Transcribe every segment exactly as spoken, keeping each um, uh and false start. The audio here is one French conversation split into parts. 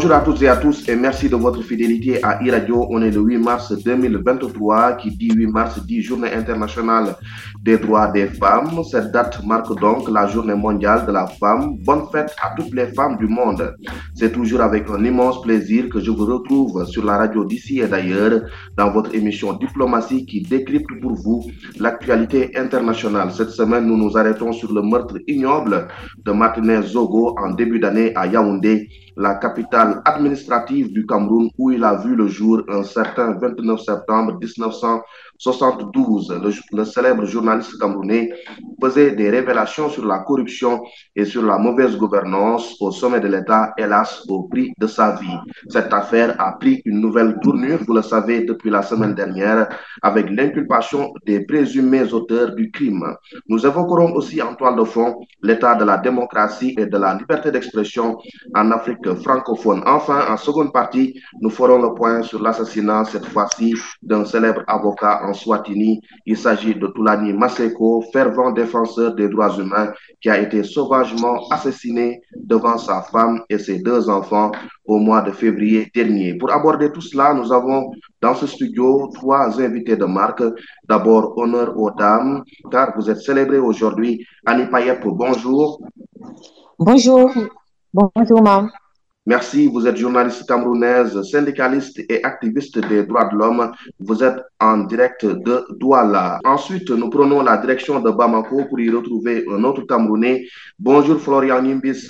Bonjour à toutes et à tous et merci de votre fidélité à e-radio. On est le huit mars deux mille vingt-trois, qui dit huit mars dit Journée internationale des droits des femmes. Cette date marque donc la Journée mondiale de la femme. Bonne fête à toutes les femmes du monde. C'est toujours avec un immense plaisir que je vous retrouve sur la radio d'ici et d'ailleurs dans votre émission Diplomatie qui décrypte pour vous l'actualité internationale. Cette semaine, nous nous arrêtons sur le meurtre ignoble de Martinez Zogo en début d'année à Yaoundé, la capitale administrative du Cameroun, où il a vu le jour un certain vingt-neuf septembre mille neuf cent soixante-douze. Le, le célèbre journaliste camerounais faisait des révélations sur la corruption et sur la mauvaise gouvernance au sommet de l'État, hélas, au prix de sa vie. Cette affaire a pris une nouvelle tournure, vous le savez, depuis la semaine dernière, avec l'inculpation des présumés auteurs du crime. Nous évoquerons aussi en toile de fond l'état de la démocratie et de la liberté d'expression en Afrique francophone. Enfin, en seconde partie, nous ferons le point sur l'assassinat, cette fois-ci, d'un célèbre avocat en Swatini. Il s'agit de Toulani Maseko, fervent défenseur des droits humains, qui a été sauvagement assassiné devant sa femme et ses deux enfants au mois de février dernier. Pour aborder tout cela, nous avons dans ce studio trois invités de marque. D'abord, honneur aux dames, car vous êtes célébrés aujourd'hui. Annie Payep, bonjour. Bonjour. Bonjour, Mam. Merci, vous êtes journaliste camerounaise, syndicaliste et activiste des droits de l'homme. Vous êtes en direct de Douala. Ensuite, nous prenons la direction de Bamako pour y retrouver un autre Camerounais. Bonjour Florian Nimbis.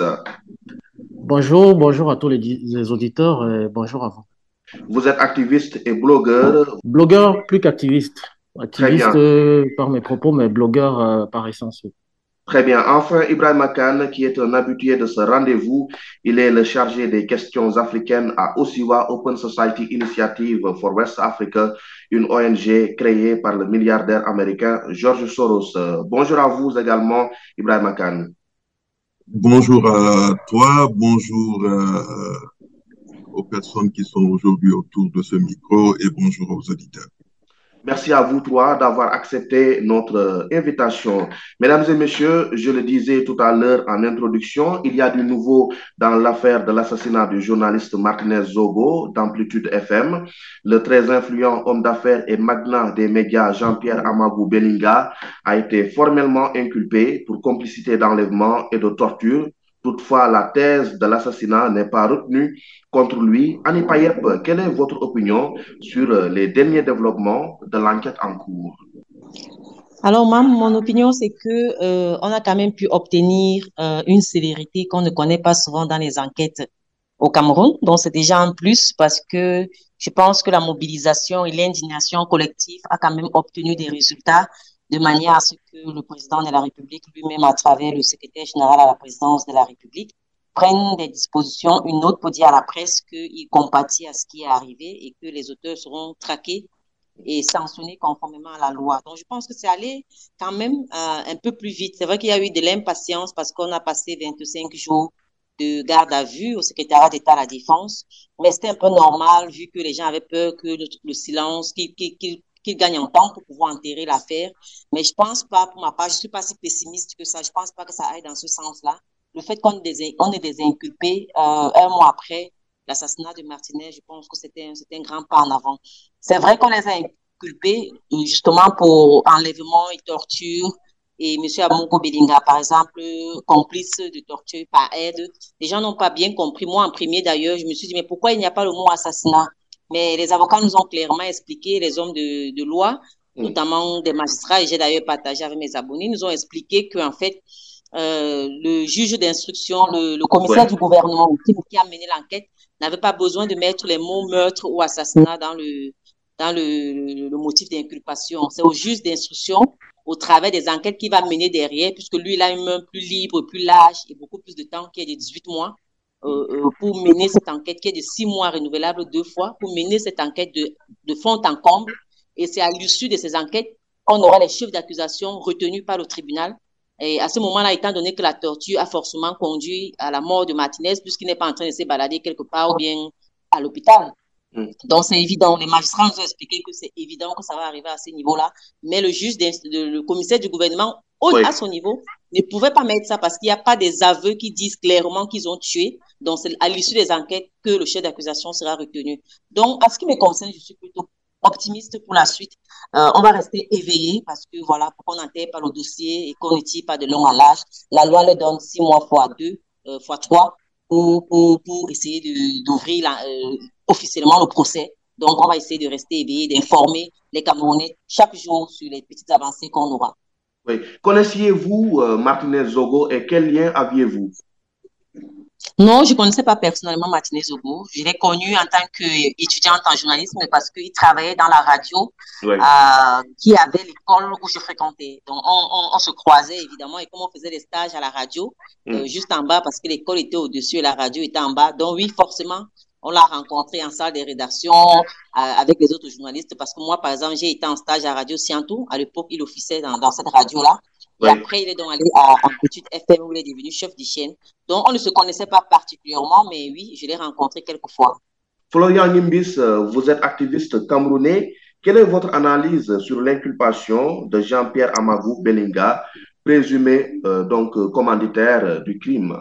Bonjour, bonjour à tous les, les auditeurs et bonjour à vous. Vous êtes activiste et blogueur. Blogueur plus qu'activiste. Activiste euh, par mes propos, mais blogueur euh, par essence. Très bien. Enfin, Ibrahim Khan, qui est un habitué de ce rendez-vous. Il est le chargé des questions africaines à Osiwa Open Society Initiative for West Africa, une O N G créée par le milliardaire américain George Soros. Bonjour à vous également, Ibrahim Khan. Bonjour à toi, bonjour euh, aux personnes qui sont aujourd'hui autour de ce micro et bonjour aux auditeurs. Merci à vous trois d'avoir accepté notre invitation. Mesdames et messieurs, je le disais tout à l'heure en introduction, il y a du nouveau dans l'affaire de l'assassinat du journaliste Martinez Zogo d'Amplitude F M. Le très influent homme d'affaires et magnat des médias Jean-Pierre Amagou Belinga a été formellement inculpé pour complicité d'enlèvement et de torture. Toutefois, la thèse de l'assassinat n'est pas retenue contre lui. Annie Payep, quelle est votre opinion sur les derniers développements de l'enquête en cours? Alors, Mam, mon opinion, c'est que euh, on a quand même pu obtenir euh, une célérité qu'on ne connaît pas souvent dans les enquêtes au Cameroun. Donc, c'est déjà un plus parce que je pense que la mobilisation et l'indignation collective a quand même obtenu des résultats de manière à ce que le président de la République lui-même, à travers le secrétaire général à la présidence de la République, prenne des dispositions. Une autre pour dire à la presse qu'il compatit à ce qui est arrivé et que les auteurs seront traqués et sanctionnés conformément à la loi. Donc, je pense que c'est allé quand même euh, un peu plus vite. C'est vrai qu'il y a eu de l'impatience parce qu'on a passé vingt-cinq jours de garde à vue au secrétariat d'État à la Défense, mais c'était un peu normal vu que les gens avaient peur que le, le silence, qu'il qu'il, qu'il, qu'il gagne en temps pour pouvoir enterrer l'affaire. Mais je pense pas, pour ma part, je suis pas si pessimiste que ça. Je pense pas que ça aille dans ce sens-là. Le fait qu'on ait des, on ait des inculpés euh, un mois après l'assassinat de Martinez, je pense que c'était un, c'était un grand pas en avant. C'est vrai qu'on les a inculpés justement pour enlèvement et torture. Et M. Amoko Belinga, par exemple, complice de torture par aide. Les gens n'ont pas bien compris. Moi, en premier, d'ailleurs, je me suis dit, mais pourquoi il n'y a pas le mot assassinat? Mais les avocats nous ont clairement expliqué, les hommes de, de loi, mmh. notamment des magistrats, et j'ai d'ailleurs partagé avec mes abonnés, nous ont expliqué qu'en fait, euh, le juge d'instruction, le, le commissaire ouais. du gouvernement qui, qui a mené l'enquête, n'avait pas besoin de mettre les mots meurtre ou assassinat dans le, dans le, le motif d'inculpation. C'est au juge d'instruction, au travers des enquêtes qu'il va mener derrière, puisque lui, il a une main plus libre, plus large et beaucoup plus de temps, qui est de dix-huit mois, euh, euh, pour mener cette enquête, qui est de six mois renouvelable deux fois, pour mener cette enquête de, de fond en comble. Et c'est à l'issue de ces enquêtes qu'on aura les chiffres d'accusation retenus par le tribunal. Et à ce moment-là, étant donné que la torture a forcément conduit à la mort de Martinez, puisqu'il n'est pas en train de se balader quelque part ou bien à l'hôpital. Donc, c'est évident. Les magistrats nous ont expliqué que c'est évident que ça va arriver à ce niveau-là. Mais le juge, le commissaire du gouvernement, oui. à son niveau, ne pouvaient pas mettre ça parce qu'il n'y a pas des aveux qui disent clairement qu'ils ont tué. Donc, c'est à l'issue des enquêtes que le chef d'accusation sera retenu. Donc, en ce qui me concerne, je suis plutôt optimiste pour la suite. Euh, on va rester éveillé parce que, voilà, pour qu'on n'enterre pas le dossier et qu'on ne tire pas de long à large, la loi leur donne six mois fois deux, euh, fois trois pour, pour, pour essayer d'ouvrir euh, officiellement le procès. Donc, on va essayer de rester éveillé, d'informer les Camerounais chaque jour sur les petites avancées qu'on aura. Oui. Connaissiez-vous euh, Martinez Zogo et quel lien aviez-vous? Non, je ne connaissais pas personnellement Martinez Zogo. Je l'ai connu en tant qu'étudiante en journalisme parce qu'il travaillait dans la radio oui. euh, qui avait l'école où je fréquentais. Donc, on, on, on se croisait évidemment et comme on faisait des stages à la radio, mm. euh, juste en bas parce que l'école était au-dessus et la radio était en bas. Donc, oui, forcément, on l'a rencontré en salle des rédactions euh, avec les autres journalistes parce que moi, par exemple, j'ai été en stage à Radio Siantou. À l'époque, il officiait dans, dans cette radio-là. Et oui. Après, il est donc allé à, à Petite F M où il est devenu chef de chaîne. Donc, on ne se connaissait pas particulièrement, mais oui, je l'ai rencontré quelques fois. Florian Nimbis, vous êtes activiste camerounais. Quelle est votre analyse sur l'inculpation de Jean-Pierre Amadou Belinga, présumé euh, donc commanditaire du crime?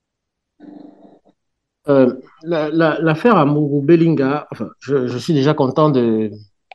Euh, L'affaire la, la, Amadou Belinga, enfin, je, je suis déjà content de,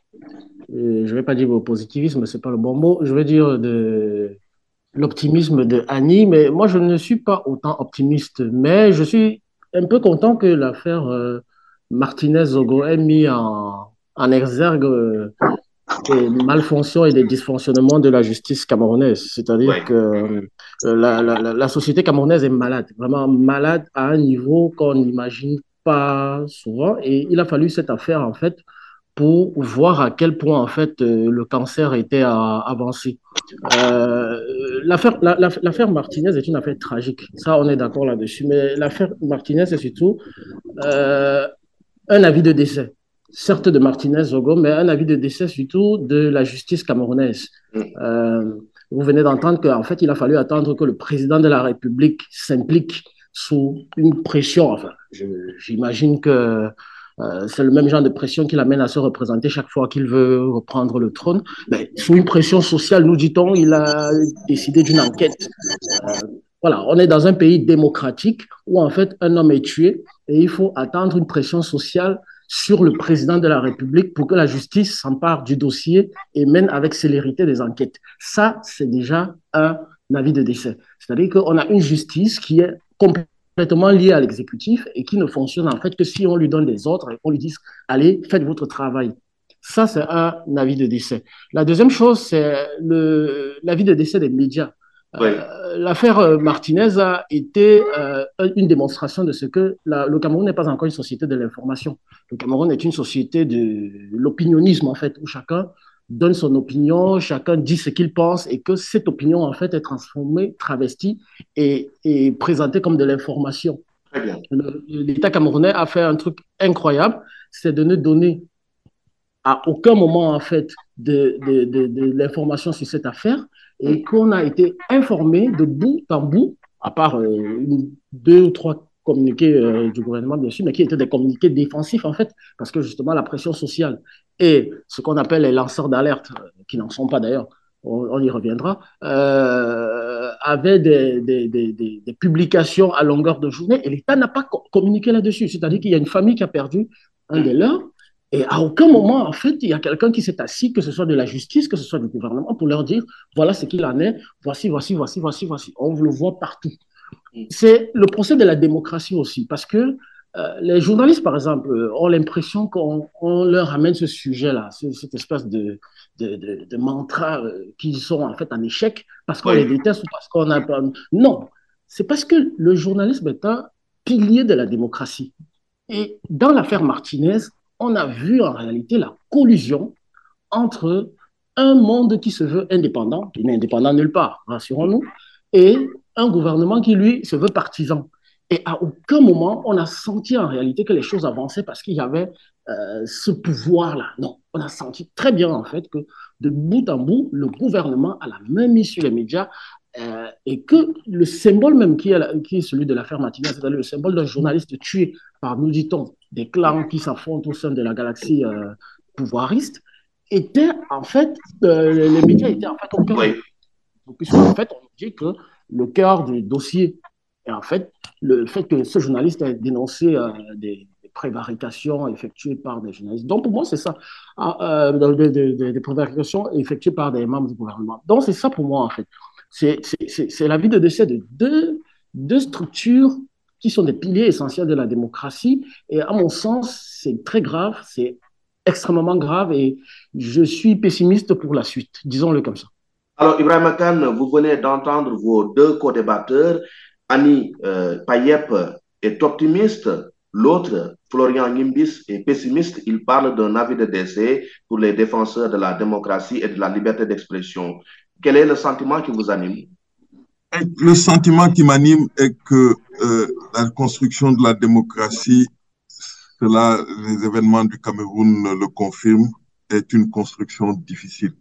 euh, je ne vais pas dire au positivisme, ce n'est pas le bon mot, je vais dire de l'optimisme de Annie, mais moi je ne suis pas autant optimiste, mais je suis un peu content que l'affaire euh, Martinez Zogo ait mis en, en exergue euh, des malfonctions et des dysfonctionnements de la justice camerounaise. C'est-à-dire ouais. que euh, la, la, la société camerounaise est malade, vraiment malade à un niveau qu'on n'imagine pas souvent, et il a fallu cette affaire en fait pour voir à quel point en fait euh, le cancer était à, avancé. Euh, l'affaire la, la, l'affaire Martinez est une affaire tragique, ça on est d'accord là-dessus, mais l'affaire Martinez c'est surtout euh, un avis de décès, certes de Martinez Zogo, mais un avis de décès surtout de la justice camerounaise. Euh, vous venez d'entendre qu'en fait il a fallu attendre que le président de la République s'implique sous une pression, enfin j'imagine que Euh, c'est le même genre de pression qui l'amène à se représenter chaque fois qu'il veut reprendre le trône. Mais sous une pression sociale, nous dit-on, il a décidé d'une enquête. Euh, voilà, on est dans un pays démocratique où en fait un homme est tué et il faut attendre une pression sociale sur le président de la République pour que la justice s'empare du dossier et mène avec célérité des enquêtes. Ça, c'est déjà un avis de décès. C'est-à-dire qu'on a une justice qui est complètement complètement lié à l'exécutif et qui ne fonctionne en fait que si on lui donne des ordres et qu'on lui dise « Allez, faites votre travail ». Ça, c'est un avis de décès. La deuxième chose, c'est l'avis de décès des médias. Oui. Euh, L'affaire Martinez a été euh, une démonstration de ce que la, le Cameroun n'est pas encore une société de l'information. Le Cameroun est une société de l'opinionisme, en fait, où chacun donne son opinion, chacun dit ce qu'il pense et que cette opinion, en fait, est transformée, travestie et, et présentée comme de l'information. L'État camerounais a fait un truc incroyable, c'est de ne donner à aucun moment, en fait, de, de, de, de l'information sur cette affaire et qu'on a été informé de bout en bout, à part euh, une, deux ou trois communiqués euh, du gouvernement, bien sûr, mais qui étaient des communiqués défensifs, en fait, parce que justement, la pression sociale et ce qu'on appelle les lanceurs d'alerte, qui n'en sont pas d'ailleurs, on, on y reviendra, euh, avaient des, des, des, des, des publications à longueur de journée et l'État n'a pas co communiqué là-dessus. C'est-à-dire qu'il y a une famille qui a perdu un des leurs et à aucun moment, en fait, il y a quelqu'un qui s'est assis, que ce soit de la justice, que ce soit du gouvernement, pour leur dire, voilà ce qu'il en est, voici, voici, voici, voici, voici. On le voit partout. C'est le procès de la démocratie aussi, parce que euh, les journalistes, par exemple, ont l'impression qu'on leur amène ce sujet-là, cette espèce de, de, de, de mantra euh, qui sont en fait en échec, parce qu'on oui. les déteste ou parce qu'on a... Non, c'est parce que le journalisme est un pilier de la démocratie. Et dans l'affaire Martinez, on a vu en réalité la collusion entre un monde qui se veut indépendant, qui n'est indépendant nulle part, rassurons-nous, et un gouvernement qui, lui, se veut partisan. Et à aucun moment, on a senti en réalité que les choses avançaient parce qu'il y avait euh, ce pouvoir-là. Non, on a senti très bien, en fait, que de bout en bout, le gouvernement a la main mise sur les médias euh, et que le symbole même qui est, la, qui est celui de l'affaire Martinez, c'est-à-dire le symbole d'un journaliste tué par, nous dit-on, des clans qui s'affrontent au sein de la galaxie euh, pouvoiriste, était en fait, euh, les médias étaient en fait au cœur. Oui. Puisqu'en fait, on dit que le cœur du dossier. Et en fait, le fait que ce journaliste ait dénoncé euh, des, des prévarications effectuées par des journalistes. Donc, pour moi, c'est ça. Ah, euh, des, des, des, des prévarications effectuées par des membres du gouvernement. Donc, c'est ça pour moi, en fait. C'est la vie de décès de deux, deux structures qui sont des piliers essentiels de la démocratie. Et à mon sens, c'est très grave, c'est extrêmement grave et je suis pessimiste pour la suite, disons-le comme ça. Alors, Ibrahim Khan, vous venez d'entendre vos deux co-débatteurs. Annie euh, Payep est optimiste, l'autre, Florian Nimbis, est pessimiste. Il parle d'un avis de décès pour les défenseurs de la démocratie et de la liberté d'expression. Quel est le sentiment qui vous anime? Le sentiment qui m'anime est que euh, la construction de la démocratie, cela, les événements du Cameroun le confirment, est une construction difficile.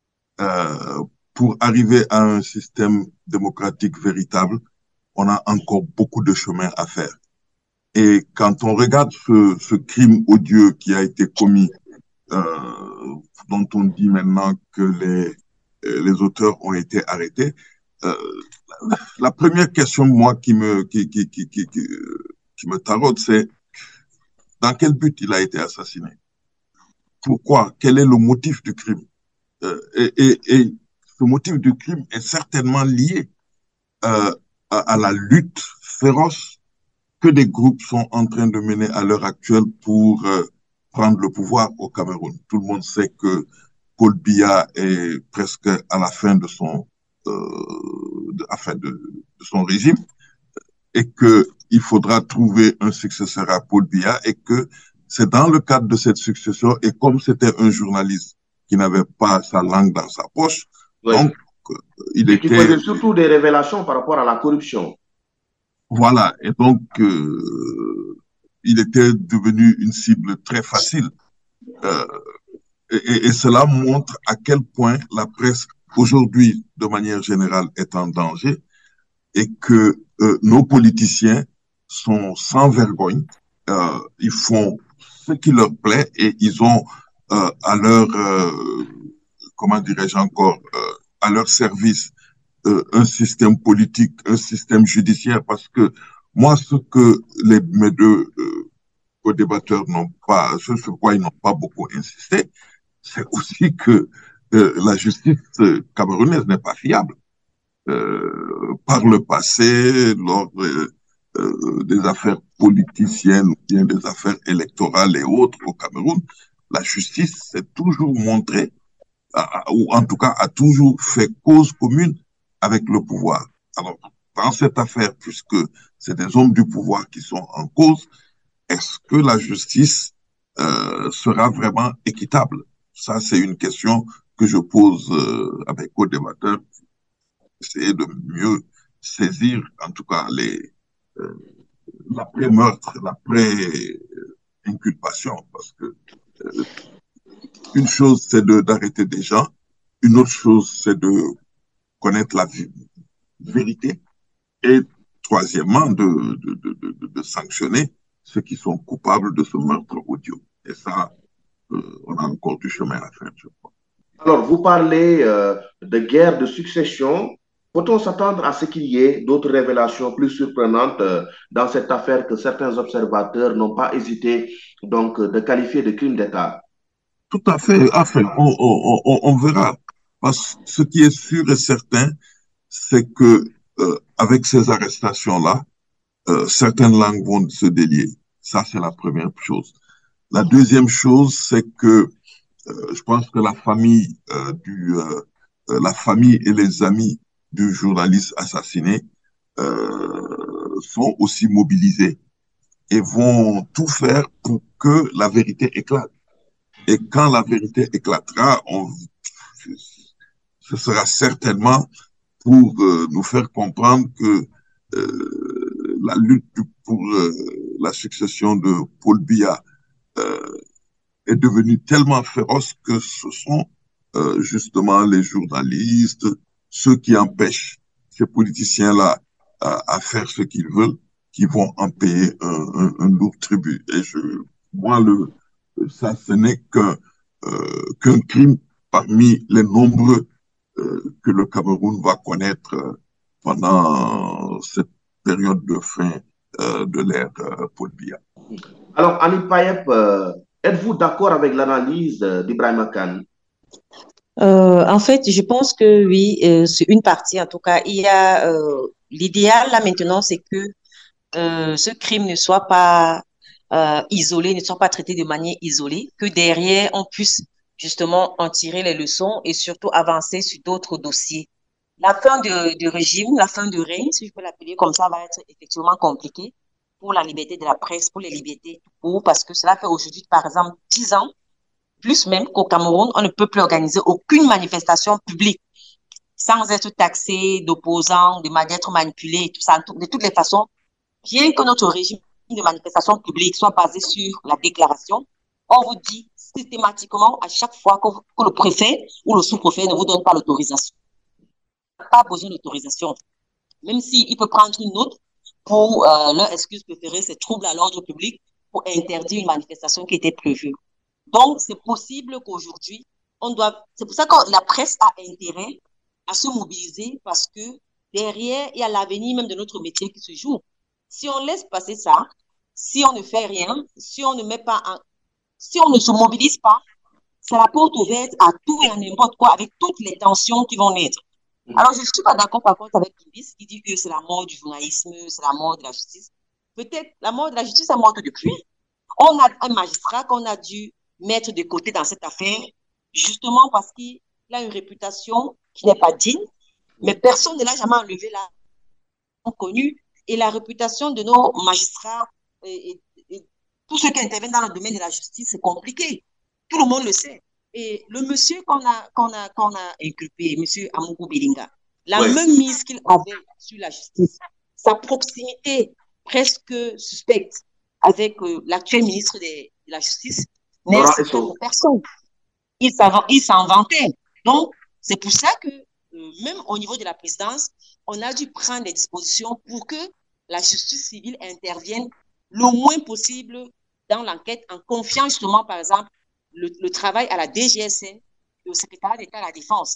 Euh, pour arriver à un système démocratique véritable, on a encore beaucoup de chemin à faire. Et quand on regarde ce, ce crime odieux qui a été commis, euh, dont on dit maintenant que les, les auteurs ont été arrêtés, euh, la première question, moi, qui me, qui, qui, qui, qui, qui, qui me taraude, c'est dans quel but il a été assassiné? Pourquoi? Quel est le motif du crime? Euh, et, et, et ce motif du crime est certainement lié euh, à, à la lutte féroce que des groupes sont en train de mener à l'heure actuelle pour euh, prendre le pouvoir au Cameroun. Tout le monde sait que Paul Biya est presque à la fin de son, euh, de, enfin de, de son régime et qu'il faudra trouver un successeur à Paul Biya et que c'est dans le cadre de cette succession et comme c'était un journaliste qui n'avait pas sa langue dans sa poche, oui. donc il et était... qui faisait surtout des révélations par rapport à la corruption. Voilà, et donc euh, il était devenu une cible très facile. Euh, et, et cela montre à quel point la presse aujourd'hui, de manière générale, est en danger et que euh, nos politiciens sont sans vergogne. Euh, ils font ce qui leur plaît et ils ont euh, à leur, euh, comment dirais-je encore, euh, à leur service euh, un système politique, un système judiciaire, parce que moi, ce que les, mes deux euh, co-débatteurs n'ont pas, ce sur quoi ils n'ont pas beaucoup insisté, c'est aussi que euh, la justice camerounaise n'est pas fiable. Euh, par le passé, lors euh, euh, des affaires politiciennes ou bien des affaires électorales et autres au Cameroun, la justice s'est toujours montrée, à, ou en tout cas a toujours fait cause commune avec le pouvoir. Alors, dans cette affaire, puisque c'est des hommes du pouvoir qui sont en cause, est-ce que la justice euh, sera vraiment équitable? Ça, c'est une question que je pose euh, à mes co-débatteurs, essayer de mieux saisir, en tout cas, les, euh, l'après-meurtre, l'après-inculpation, parce que euh, une chose, c'est de, d'arrêter des gens, une autre chose, c'est de connaître la vérité, et troisièmement, de, de, de, de, de sanctionner ceux qui sont coupables de ce meurtre odieux. Et ça, euh, on a encore du chemin à faire, je crois. Alors, vous parlez euh, de guerre de succession. Peut-on s'attendre à ce qu'il y ait d'autres révélations plus surprenantes euh, dans cette affaire que certains observateurs n'ont pas hésité donc, de qualifier de crime d'État? Tout à fait. Enfin, on, on, on, on verra. Parce que ce qui est sûr et certain, c'est que euh, avec ces arrestations-là, euh, certaines langues vont se délier. Ça, c'est la première chose. La deuxième chose, c'est que euh, je pense que la famille euh, du, euh, la famille et les amis du journaliste assassiné euh, sont aussi mobilisés et vont tout faire pour que la vérité éclate. Et quand la vérité éclatera, on, ce sera certainement pour euh, nous faire comprendre que euh, la lutte pour euh, la succession de Paul Biya euh, est devenue tellement féroce que ce sont euh, justement les journalistes, ceux qui empêchent ces politiciens-là à, à faire ce qu'ils veulent, qui vont en payer un, un, un lourd tribut. Et je, moi, le, ça, ce n'est qu'un euh, qu'un crime parmi les nombreux euh, que le Cameroun va connaître pendant cette période de fin euh, de l'ère euh, Paul Biya. Alors, Annie Payep, euh, êtes-vous d'accord avec l'analyse euh, d'Ibrahima Kane? Euh, en fait, je pense que oui, euh, c'est une partie. En tout cas, il y a euh, l'idéal là maintenant, c'est que euh, ce crime ne soit pas euh, isolé, ne soit pas traité de manière isolée, que derrière on puisse justement en tirer les leçons et surtout avancer sur d'autres dossiers. La fin de, de régime, la fin de règne, si je peux l'appeler comme ça, va être effectivement compliquée pour la liberté de la presse, pour les libertés tout court, parce que cela fait aujourd'hui, par exemple, dix ans plus même qu'au Cameroun, on ne peut plus organiser aucune manifestation publique sans être taxé d'opposants, de d'être manipulé et tout ça. De toutes les façons, bien que notre régime de manifestation publique soit basé sur la déclaration, on vous dit systématiquement à chaque fois que, que le préfet ou le sous-préfet ne vous donne pas l'autorisation. Pas besoin d'autorisation. Même s'il peut prendre une note pour euh, leur excuse préférée, c'est trouble à l'ordre public pour interdire une manifestation qui était prévue. Donc, c'est possible qu'aujourd'hui, on doit. C'est pour ça que la presse a intérêt à se mobiliser parce que derrière, il y a l'avenir même de notre métier qui se joue. Si on laisse passer ça, si on ne fait rien, si on ne met pas en, si on ne se mobilise pas, c'est la porte ouverte à tout et à n'importe quoi avec toutes les tensions qui vont naître. Alors, je ne suis pas d'accord par contre avec Ibis qui dit que c'est la mort du journalisme, c'est la mort de la justice. Peut-être la mort de la justice est morte depuis. On a un magistrat qu'on a dû mettre de côté dans cette affaire, justement parce qu'il a une réputation qui n'est pas digne, mais personne ne l'a jamais enlevé là, connu, et la réputation de nos magistrats et, et, et tous ceux qui interviennent dans le domaine de la justice, c'est compliqué. Tout le monde le sait. Et le monsieur qu'on a, qu'on a, qu'on a inculpé, monsieur Amougou Belinga, la oui. même mise qu'il avait sur la justice, sa proximité presque suspecte avec euh, l'actuel ministre de, de la Justice, n'est secret pour personne. Il s'en vantait. Donc, c'est pour ça que, euh, même au niveau de la présidence, on a dû prendre des dispositions pour que la justice civile intervienne le moins possible dans l'enquête, en confiant justement, par exemple, le, le travail à la D G S N et au secrétariat d'État à la Défense.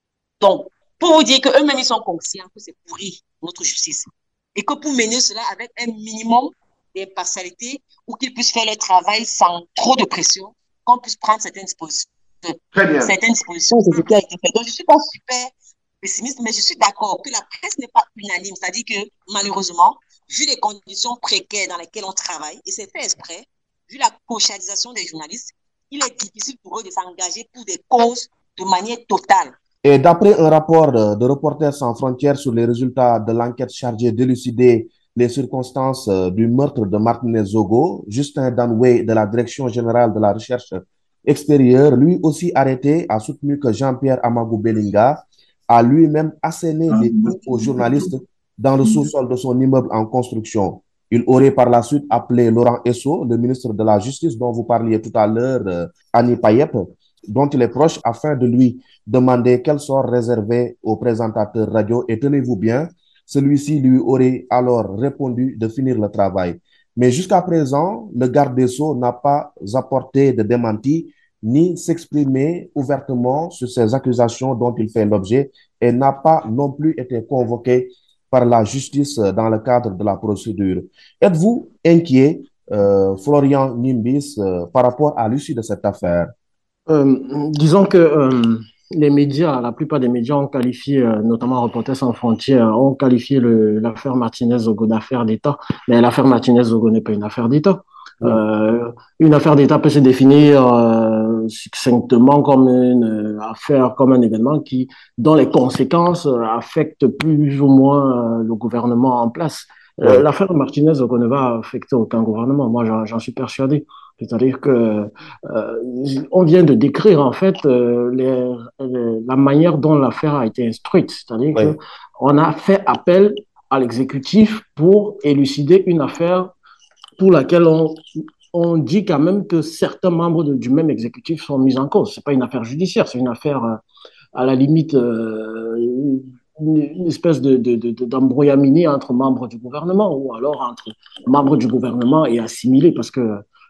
Donc, pour vous dire qu'eux-mêmes, ils sont conscients que c'est pourri, notre justice. Et que pour mener cela avec un minimum d'impartialité, ou qu'ils puissent faire leur travail sans trop de pression, qu'on puisse prendre certaines dispositions. Très bien. Certaines dispositions, c'est ce qui a été fait. Donc, je ne suis pas super pessimiste, mais je suis d'accord que la presse n'est pas unanime. C'est-à-dire que, malheureusement, vu les conditions précaires dans lesquelles on travaille, et c'est fait exprès, vu la cauchardisation des journalistes, il est difficile pour eux de s'engager pour des causes de manière totale. Et d'après un rapport de Reporters sans frontières sur les résultats de l'enquête chargée d'élucider les circonstances du meurtre de Martinez Zogo, Justin Danway de la Direction générale de la recherche extérieure, lui aussi arrêté, a soutenu que Jean-Pierre Amougou Belinga a lui-même asséné des coups aux journalistes dans le sous-sol de son immeuble en construction. Il aurait par la suite appelé Laurent Esso, le ministre de la Justice dont vous parliez tout à l'heure, euh, Annie Payep, dont il est proche, afin de lui demander quel sort réservé au présentateur radio. Et tenez-vous bien, celui-ci lui aurait alors répondu de finir le travail. Mais jusqu'à présent, le garde des Sceaux n'a pas apporté de démenti ni s'exprimer ouvertement sur ces accusations dont il fait l'objet et n'a pas non plus été convoqué par la justice dans le cadre de la procédure. Êtes-vous inquiet, euh, Florian Nimbis, euh, par rapport à l'issue de cette affaire? Euh, disons que euh, les médias, la plupart des médias ont qualifié, euh, notamment Reporters sans frontières, ont qualifié l'affaire Martinez-Zogo d'affaire d'État. Mais l'affaire Martinez-Zogo n'est pas une affaire d'État. Oui. Euh, une affaire d'État peut se définir euh, succinctement comme une affaire, comme un événement qui, dont les conséquences euh, affectent plus ou moins euh, le gouvernement en place. Oui. Euh, l'affaire Martinez-Zogo ne va affecter aucun gouvernement. Moi, j'en suis persuadé. C'est-à-dire que euh, on vient de décrire en fait euh, les, les, la manière dont l'affaire a été instruite. C'est-à-dire oui. que on a fait appel à l'exécutif pour élucider une affaire pour laquelle on, on dit quand même que certains membres de, du même exécutif sont mis en cause. C'est pas une affaire judiciaire, c'est une affaire euh, à la limite euh, une, une espèce de, de, de, d'embrouillamini entre membres du gouvernement ou alors entre membres du gouvernement et assimilés, parce que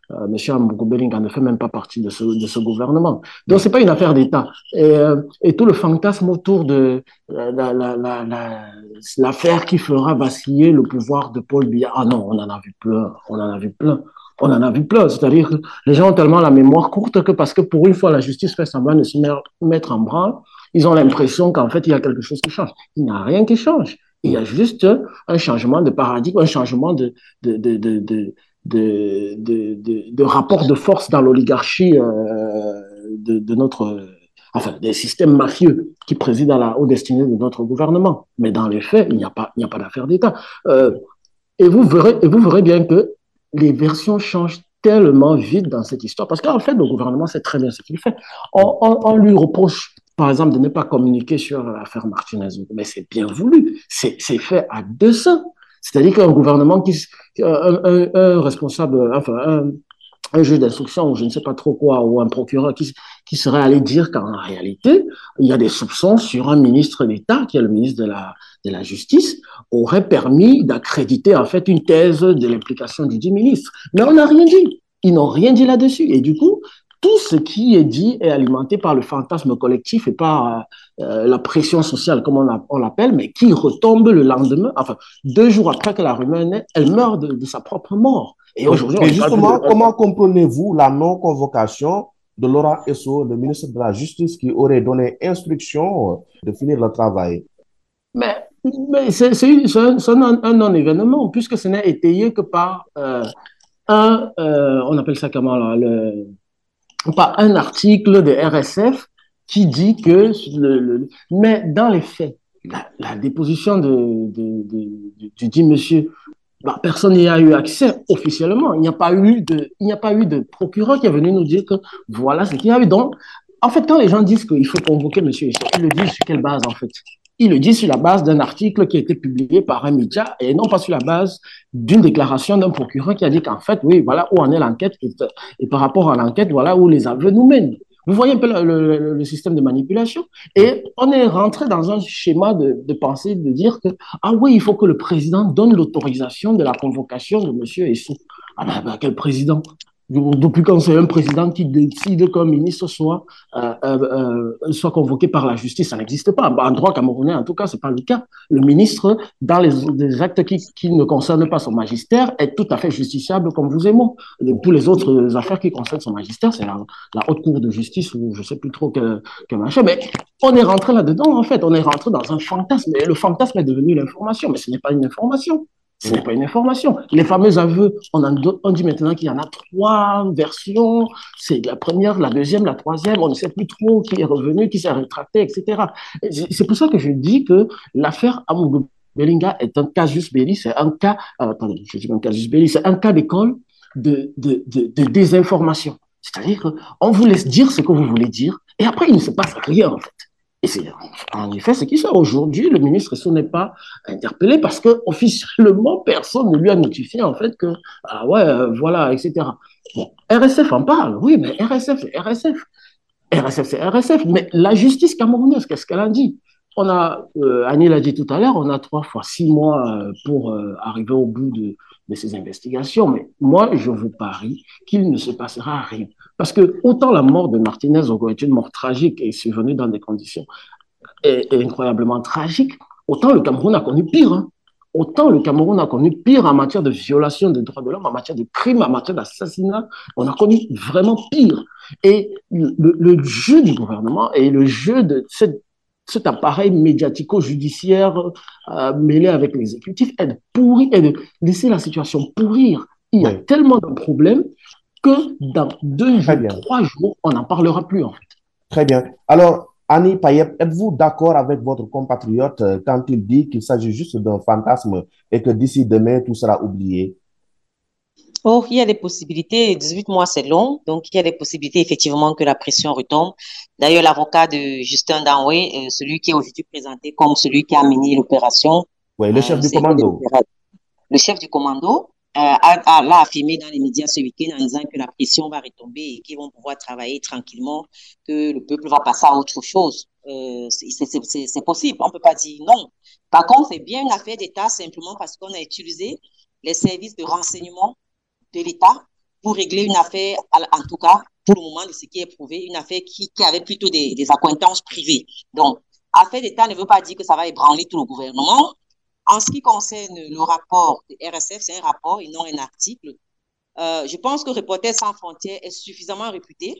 euh, M. Amourou Belinga ne fait même pas partie de ce, de ce gouvernement. Donc, c'est pas une affaire d'État. Et, euh, et tout le fantasme autour de la, la, la, la, la, l'affaire qui fera vaciller le pouvoir de Paul Biya. Ah non, on en a vu plein, on en a vu plein. On en a vu plein. C'est-à-dire que les gens ont tellement la mémoire courte que parce que pour une fois, la justice fait semblant de se mettre en branle, ils ont l'impression qu'en fait, il y a quelque chose qui change. Il n'y a rien qui change. Il y a juste un changement de paradigme, un changement de, de, de, de, de, de, de, de, de rapport de force dans l'oligarchie euh, de, de notre, enfin, des systèmes mafieux qui président à la, aux destinées de notre gouvernement. Mais dans les faits, il n'y a pas, il n'y a pas d'affaire d'État. Euh, et vous verrez, et vous verrez bien que les versions changent tellement vite dans cette histoire, parce qu'en fait, le gouvernement sait très bien ce qu'il fait. On, on, on lui reproche, par exemple, de ne pas communiquer sur l'affaire Martinez, mais c'est bien voulu, c'est fait à dessein. C'est-à-dire qu'un gouvernement qui, un, un, un responsable, enfin, un, un juge d'instruction ou je ne sais pas trop quoi, ou un procureur qui, qui serait allé dire qu'en réalité, il y a des soupçons sur un ministre d'État, qui est le ministre de la, de la Justice, aurait permis d'accréditer en fait une thèse de l'implication du dit ministre. Mais on n'a rien dit. Ils n'ont rien dit là-dessus. Et du coup, tout ce qui est dit est alimenté par le fantasme collectif et par euh, la pression sociale, comme on, on l'appelle, mais qui retombe le lendemain, enfin, deux jours après que la rumeur naît, elle meurt de, de sa propre mort. Et aujourd'hui, mais justement, de... comment comprenez-vous la non-convocation de Laurent Esso, le ministre de la Justice, qui aurait donné instruction de finir le travail? Mais, mais c'est un, un, un non-événement, puisque ce n'est étayé que par euh, un, euh, on appelle ça comment là, le, par un article de R S F qui dit que, le, le, mais dans les faits, la, la déposition de, de, de, de, du dit monsieur, bah, personne n'y a eu accès officiellement. Il n'y a pas eu de, il n'y a pas eu de procureur qui est venu nous dire que voilà ce qu'il y a eu. Donc, en fait, quand les gens disent qu'il faut convoquer monsieur Esso, ils le disent sur quelle base, en fait? Ils le disent sur la base d'un article qui a été publié par un média et non pas sur la base d'une déclaration d'un procureur qui a dit qu'en fait, oui, voilà où en est l'enquête et, et par rapport à l'enquête, voilà où les aveux nous mènent. Vous voyez un peu le, le, le système de manipulation et on est rentré dans un schéma de, de pensée de dire que, ah oui, il faut que le président donne l'autorisation de la convocation de monsieur Esso. Ah ben, ben quel président? Depuis quand c'est un président qui décide qu'un ministre soit, euh, euh, soit convoqué par la justice, ça n'existe pas. En droit camerounais, en tout cas, c'est pas le cas. Le ministre, dans les, les actes qui, qui ne concernent pas son magistère, est tout à fait justiciable comme vous et moi. Tous les autres affaires qui concernent son magistère, c'est la, la haute cour de justice ou je sais plus trop que, que machin. Mais on est rentré là-dedans, en fait. On est rentré dans un fantasme. Et le fantasme est devenu l'information, mais ce n'est pas une information. Ce n'est pas une information. Les fameux aveux, on, en, on dit maintenant qu'il y en a trois versions. C'est la première, la deuxième, la troisième. On ne sait plus trop qui est revenu, qui s'est rétracté, et cetera. C'est pour ça que je dis que l'affaire Amourou Belinga est un casus belli. C'est un cas, euh, pardon, je dis un casus belli, c'est un cas d'école de, de, de, de désinformation. C'est-à-dire qu'on vous laisse dire ce que vous voulez dire et après, il ne se passe rien, en fait. Et c'est en effet ce qui sort aujourd'hui. Le ministre Esso n'est pas interpellé parce que officiellement personne ne lui a notifié en fait que ah ouais euh, voilà et cetera. Bon, R S F en parle, oui, mais R S F c'est R S F, R S F c'est R S F. Mais la justice camerounaise, qu'est-ce qu'elle a dit? On a, euh, Annie l'a dit tout à l'heure, on a trois fois six mois pour euh, arriver au bout de, de ces investigations. Mais moi, je vous parie qu'il ne se passera rien. Parce que autant la mort de Martinez Ogo est une mort tragique et survenue dans des conditions et, et incroyablement tragiques, autant le Cameroun a connu pire. Hein. Autant le Cameroun a connu pire en matière de violation des droits de l'homme, en matière de crimes, en matière d'assassinat. On a connu vraiment pire. Et le, le jeu du gouvernement et le jeu de cette cet appareil médiatico-judiciaire euh, mêlé avec l'exécutif est de pourrir, est de laisser la situation pourrir. Il y a oui. tellement de problèmes que dans deux jours, trois jours, on n'en parlera plus en fait. Très bien. Alors, Annie Payet, êtes-vous d'accord avec votre compatriote quand il dit qu'il s'agit juste d'un fantasme et que d'ici demain, tout sera oublié? Oh, il y a des possibilités. dix-huit mois, c'est long. Donc, il y a des possibilités, effectivement, que la pression retombe. D'ailleurs, l'avocat de Justin Danwe, euh, celui qui est aujourd'hui présenté comme celui qui a mené l'opération. Oui, le chef euh, du commando. Le chef du commando euh, a, a, l'a affirmé dans les médias ce week-end en disant que la pression va retomber et qu'ils vont pouvoir travailler tranquillement, que le peuple va passer à autre chose. Euh, c'est possible. On ne peut pas dire non. Par contre, c'est bien une affaire d'État simplement parce qu'on a utilisé les services de renseignement de l'État pour régler une affaire, en tout cas, pour le moment, de ce qui est prouvé, une affaire qui, qui avait plutôt des, des accointances privées. Donc, affaire d'État ne veut pas dire que ça va ébranler tout le gouvernement. En ce qui concerne le rapport de R S F, c'est un rapport et non un article. Euh, je pense que Reporters sans frontières est suffisamment réputé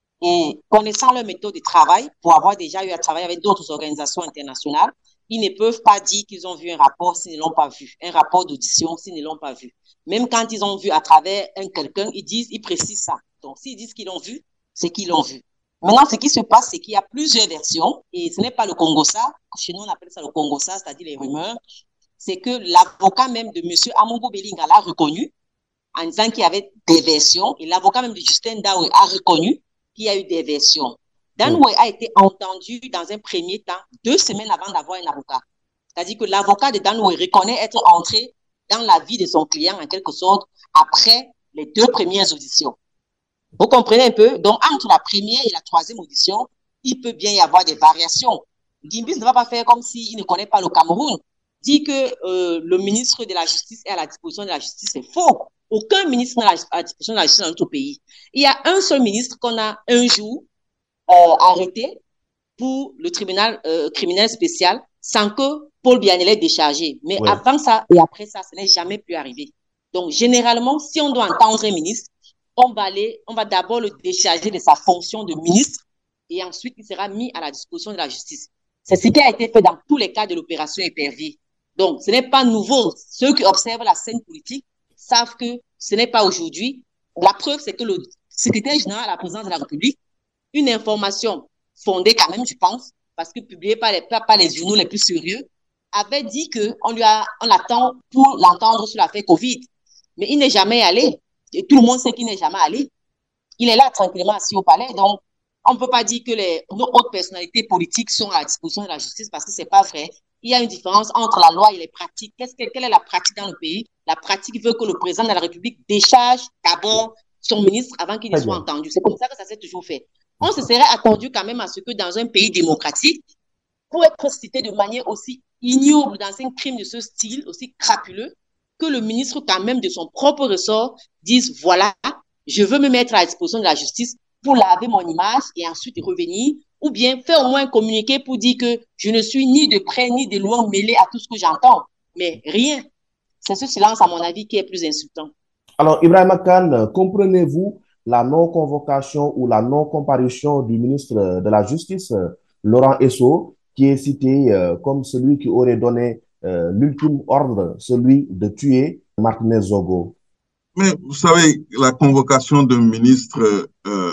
et connaissant leur méthode de travail, pour avoir déjà eu à travailler avec d'autres organisations internationales, ils ne peuvent pas dire qu'ils ont vu un rapport s'ils ne l'ont pas vu, un rapport d'audition s'ils ne l'ont pas vu. Même quand ils ont vu à travers un quelqu'un, ils disent, ils précisent ça. Donc, s'ils disent qu'ils l'ont vu, c'est qu'ils l'ont vu. Maintenant, ce qui se passe, c'est qu'il y a plusieurs versions, et ce n'est pas le Congossa, chez nous on appelle ça le Congossa, c'est-à-dire les rumeurs, c'est que l'avocat même de M. Amongo Belinga l'a reconnu, en disant qu'il y avait des versions, et l'avocat même de Justin Dawe a reconnu qu'il y a eu des versions. Danoué a été entendu dans un premier temps, deux semaines avant d'avoir un avocat. C'est-à-dire que l'avocat de Danoué reconnaît être entré dans la vie de son client, en quelque sorte, après les deux premières auditions. Vous comprenez un peu? Donc, entre la première et la troisième audition, il peut bien y avoir des variations. Gimbis ne va pas faire comme s'il ne connaît pas le Cameroun. Dit que euh, le ministre de la Justice est à la disposition de la justice, c'est faux. Aucun ministre n'est à la disposition de la justice dans notre pays. Il y a un seul ministre qu'on a un jour euh, arrêté pour le tribunal euh, criminel spécial sans que Paul Bianel ait déchargé. Mais ouais. Avant ça et après ça, ça n'est jamais pu arriver. Donc, généralement, si on doit entendre un ministre, on va aller, on va d'abord le décharger de sa fonction de ministre et ensuite il sera mis à la disposition de la justice. C'est ce qui a été fait dans tous les cas de l'opération Épervier. Donc, ce n'est pas nouveau. Ceux qui observent la scène politique savent que ce n'est pas aujourd'hui. La preuve, c'est que le secrétaire général à la présidence de la République, une information fondée quand même, je pense, parce que publiée par les, par les journaux les plus sérieux, avait dit qu'on lui a, on l'attend pour l'entendre sur l'affaire Covid. Mais il n'est jamais allé. Et tout le monde sait qu'il n'est jamais allé. Il est là tranquillement assis au palais. Donc, on ne peut pas dire que les nos autres personnalités politiques sont à la disposition de la justice parce que ce n'est pas vrai. Il y a une différence entre la loi et les pratiques. Qu'est-ce que, quelle est la pratique dans le pays? La pratique veut que le président de la République décharge d'abord son ministre avant qu'il ne soit entendu. C'est comme ça que ça s'est toujours fait. On se serait attendu quand même à ce que dans un pays démocratique, pour être cité de manière aussi ignoble dans un crime de ce style, aussi crapuleux, que le ministre quand même de son propre ressort dise voilà, je veux me mettre à la disposition de la justice pour laver mon image et ensuite revenir, ou bien faire au moins un communiqué pour dire que je ne suis ni de près ni de loin mêlé à tout ce que j'entends. Mais rien. C'est ce silence, à mon avis, qui est plus insultant. Alors, Ibrahima Kane, comprenez-vous la non-convocation ou la non-comparution du ministre de la Justice, Laurent Esso, qui est cité euh, comme celui qui aurait donné euh, l'ultime ordre, celui de tuer Martinez Zogo? Mais vous savez, la convocation d'un ministre euh,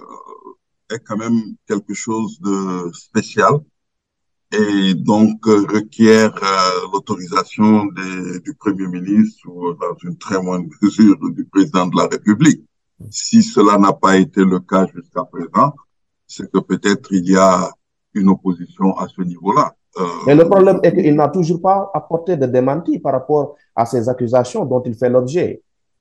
est quand même quelque chose de spécial et donc euh, requiert euh, l'autorisation du Premier ministre ou dans une très moindre mesure du président de la République. Si cela n'a pas été le cas jusqu'à présent, c'est que peut-être il y a une opposition à ce niveau-là. Euh, Mais le problème est qu'il n'a toujours pas apporté de démenti par rapport à ces accusations dont il fait l'objet.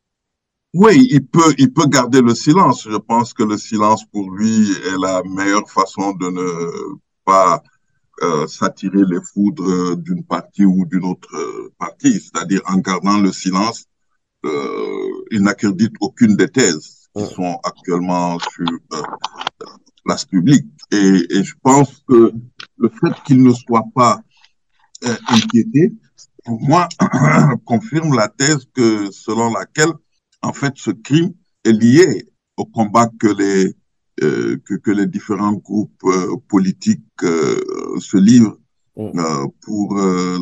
Oui, il peut, il peut garder le silence. Je pense que le silence pour lui est la meilleure façon de ne pas euh, s'attirer les foudres d'une partie ou d'une autre partie. C'est-à-dire en gardant le silence, euh, il n'accrédite aucune des thèses qui sont actuellement sur euh, place publique. Et, et je pense que le fait qu'il ne soit pas euh, inquiété, pour moi, confirme la thèse que selon laquelle en fait, ce crime est lié au combat que les, euh, que, que les différents groupes euh, politiques euh, se livrent euh, pour euh,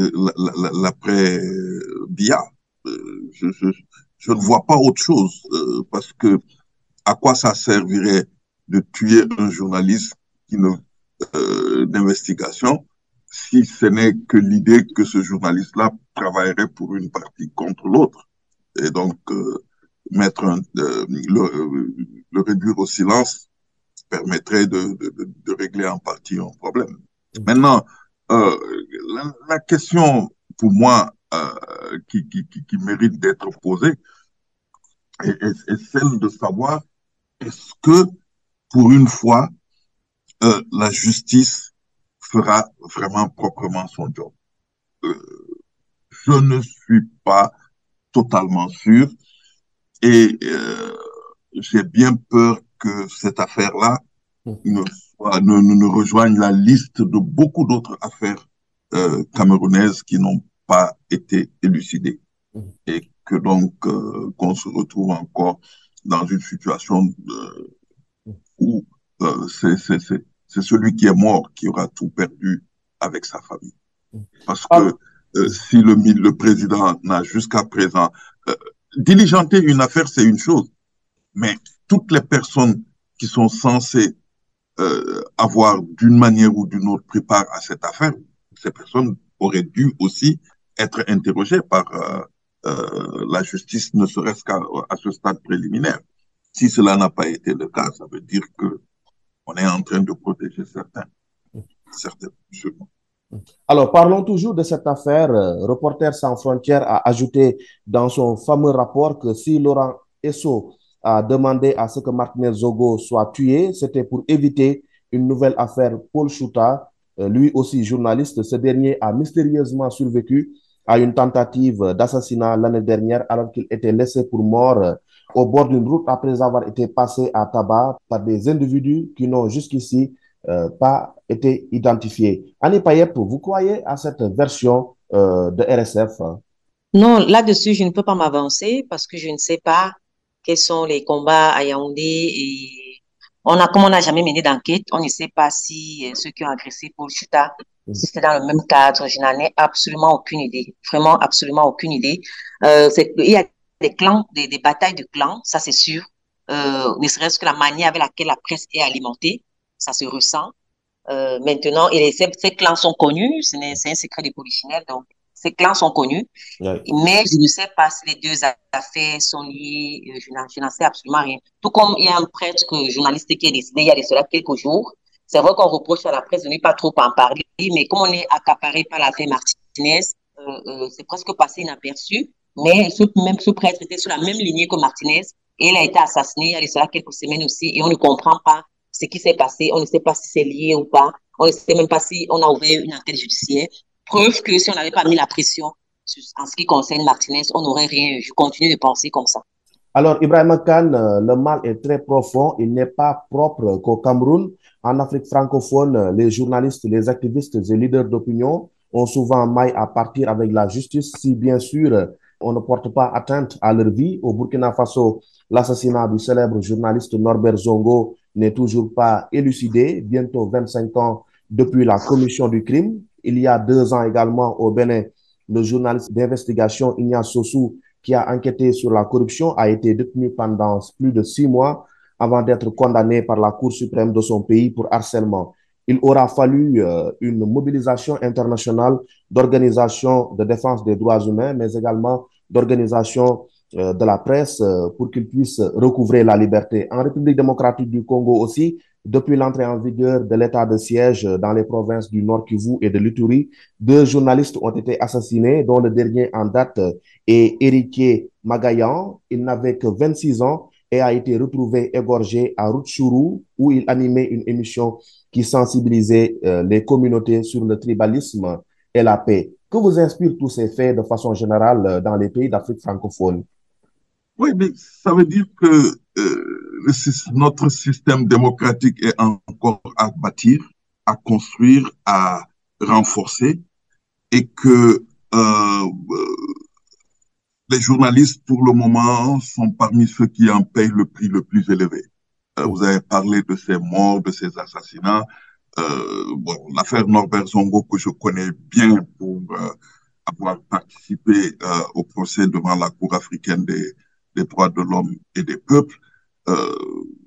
l'après-Biya. Euh, je, je, je ne vois pas autre chose euh, parce que à quoi ça servirait de tuer un journaliste qui ne, euh, d'investigation si ce n'est que l'idée que ce journaliste-là travaillerait pour une partie contre l'autre. Et donc, euh, mettre un, euh, le, le réduire au silence permettrait de, de, de régler en partie un problème. Maintenant, euh, la, la question, pour moi, euh, qui, qui, qui, qui mérite d'être posée est, est, est celle de savoir est-ce que, pour une fois, euh, la justice fera vraiment proprement son job. Euh, je ne suis pas totalement sûr Et euh, j'ai bien peur que cette affaire-là ne, soit, ne, ne rejoigne la liste de beaucoup d'autres affaires euh, camerounaises qui n'ont pas été élucidées. Et que donc, euh, qu'on se retrouve encore dans une situation de, où euh, c'est, c'est, c'est, c'est celui qui est mort qui aura tout perdu avec sa famille. Parce que euh, si le, le président n'a jusqu'à présent euh, diligenté une affaire, c'est une chose, mais toutes les personnes qui sont censées euh, avoir d'une manière ou d'une autre pris part à cette affaire, ces personnes auraient dû aussi être interrogées par euh, euh, la justice, ne serait-ce qu'à à ce stade préliminaire. Si cela n'a pas été le cas, ça veut dire que on est en train de protéger certains, certains musulmans. Alors, parlons toujours de cette affaire. Reporters sans frontières a ajouté dans son fameux rapport que si Laurent Esso a demandé à ce que Martinez Zogo soit tué, c'était pour éviter une nouvelle affaire Paul Chouta, lui aussi journaliste. Ce dernier a mystérieusement survécu à une tentative d'assassinat l'année dernière alors qu'il était laissé pour mort au bord d'une route après avoir été passé à tabac par des individus qui n'ont jusqu'ici euh, pas été identifiés. Annie Payep, vous croyez à cette version euh, de R S F? Non, là-dessus, je ne peux pas m'avancer parce que je ne sais pas quels sont les combats à Yaoundé et on a, comme on n'a jamais mené d'enquête, on ne sait pas si ceux qui ont agressé Paul Chouta, si c'était dans le même cadre. Je n'en ai absolument aucune idée. Vraiment, absolument aucune idée. Euh, c'est, il y a des clans, des, des batailles de clans, ça c'est sûr. Euh, ne serait-ce que la manière avec laquelle la presse est alimentée, ça se ressent. Euh, maintenant, et les, ces, ces clans sont connus, c'est un secret des polichinelles, donc ces clans sont connus. Oui. Mais je ne sais pas si les deux affaires sont liées, je n'en sais absolument rien. Tout comme il y a un prêtre journaliste qui est décédé il y a de cela quelques jours. C'est vrai qu'on reproche à la presse de ne pas trop en parler, mais comme on est accaparé par l'affaire Martinez, euh, euh, c'est presque passé inaperçu. Mais ce, même ce prêtre était sur la même lignée que Martinez et il a été assassiné il y a de cela quelques semaines aussi et on ne comprend pas ce qui s'est passé. On ne sait pas si c'est lié ou pas. On ne sait même pas si on a ouvert une enquête judiciaire. Preuve que si on n'avait pas mis la pression en ce qui concerne Martinez, on n'aurait rien. Je continue de penser comme ça. Alors, Ibrahim Khan, le mal est très profond. Il n'est pas propre qu'au Cameroun. En Afrique francophone, les journalistes, les activistes et leaders d'opinion ont souvent maille à partir avec la justice si, bien sûr, on ne porte pas atteinte à leur vie. Au Burkina Faso, l'assassinat du célèbre journaliste Norbert Zongo n'est toujours pas élucidé. Bientôt vingt-cinq ans depuis la commission du crime. Il y a deux ans également au Bénin, le journaliste d'investigation Ignace Sossou, qui a enquêté sur la corruption, a été détenu pendant plus de six mois avant d'être condamné par la Cour suprême de son pays pour harcèlement. Il aura fallu euh, une mobilisation internationale d'organisations de défense des droits humains, mais également d'organisations euh, de la presse euh, pour qu'ils puissent recouvrer la liberté. En République démocratique du Congo aussi, depuis l'entrée en vigueur de l'état de siège dans les provinces du Nord Kivu et de l'Ituri, deux journalistes ont été assassinés, dont le dernier en date est Héritier Magayan. Il n'avait que vingt-six ans et a été retrouvé égorgé à Rutshuru, où il animait une émission qui sensibilisait euh, les communautés sur le tribalisme et la paix. Que vous inspirent tous ces faits de façon générale dans les pays d'Afrique francophone? Oui, mais ça veut dire que euh, le, notre système démocratique est encore à bâtir, à construire, à renforcer, et que euh, les journalistes, pour le moment, sont parmi ceux qui en payent le prix le plus élevé. Euh, vous avez parlé de ces morts, de ces assassinats. Euh, bon, l'affaire Norbert Zongo, que je connais bien pour euh, avoir participé euh, au procès devant la Cour africaine des, des droits de l'homme et des peuples, euh,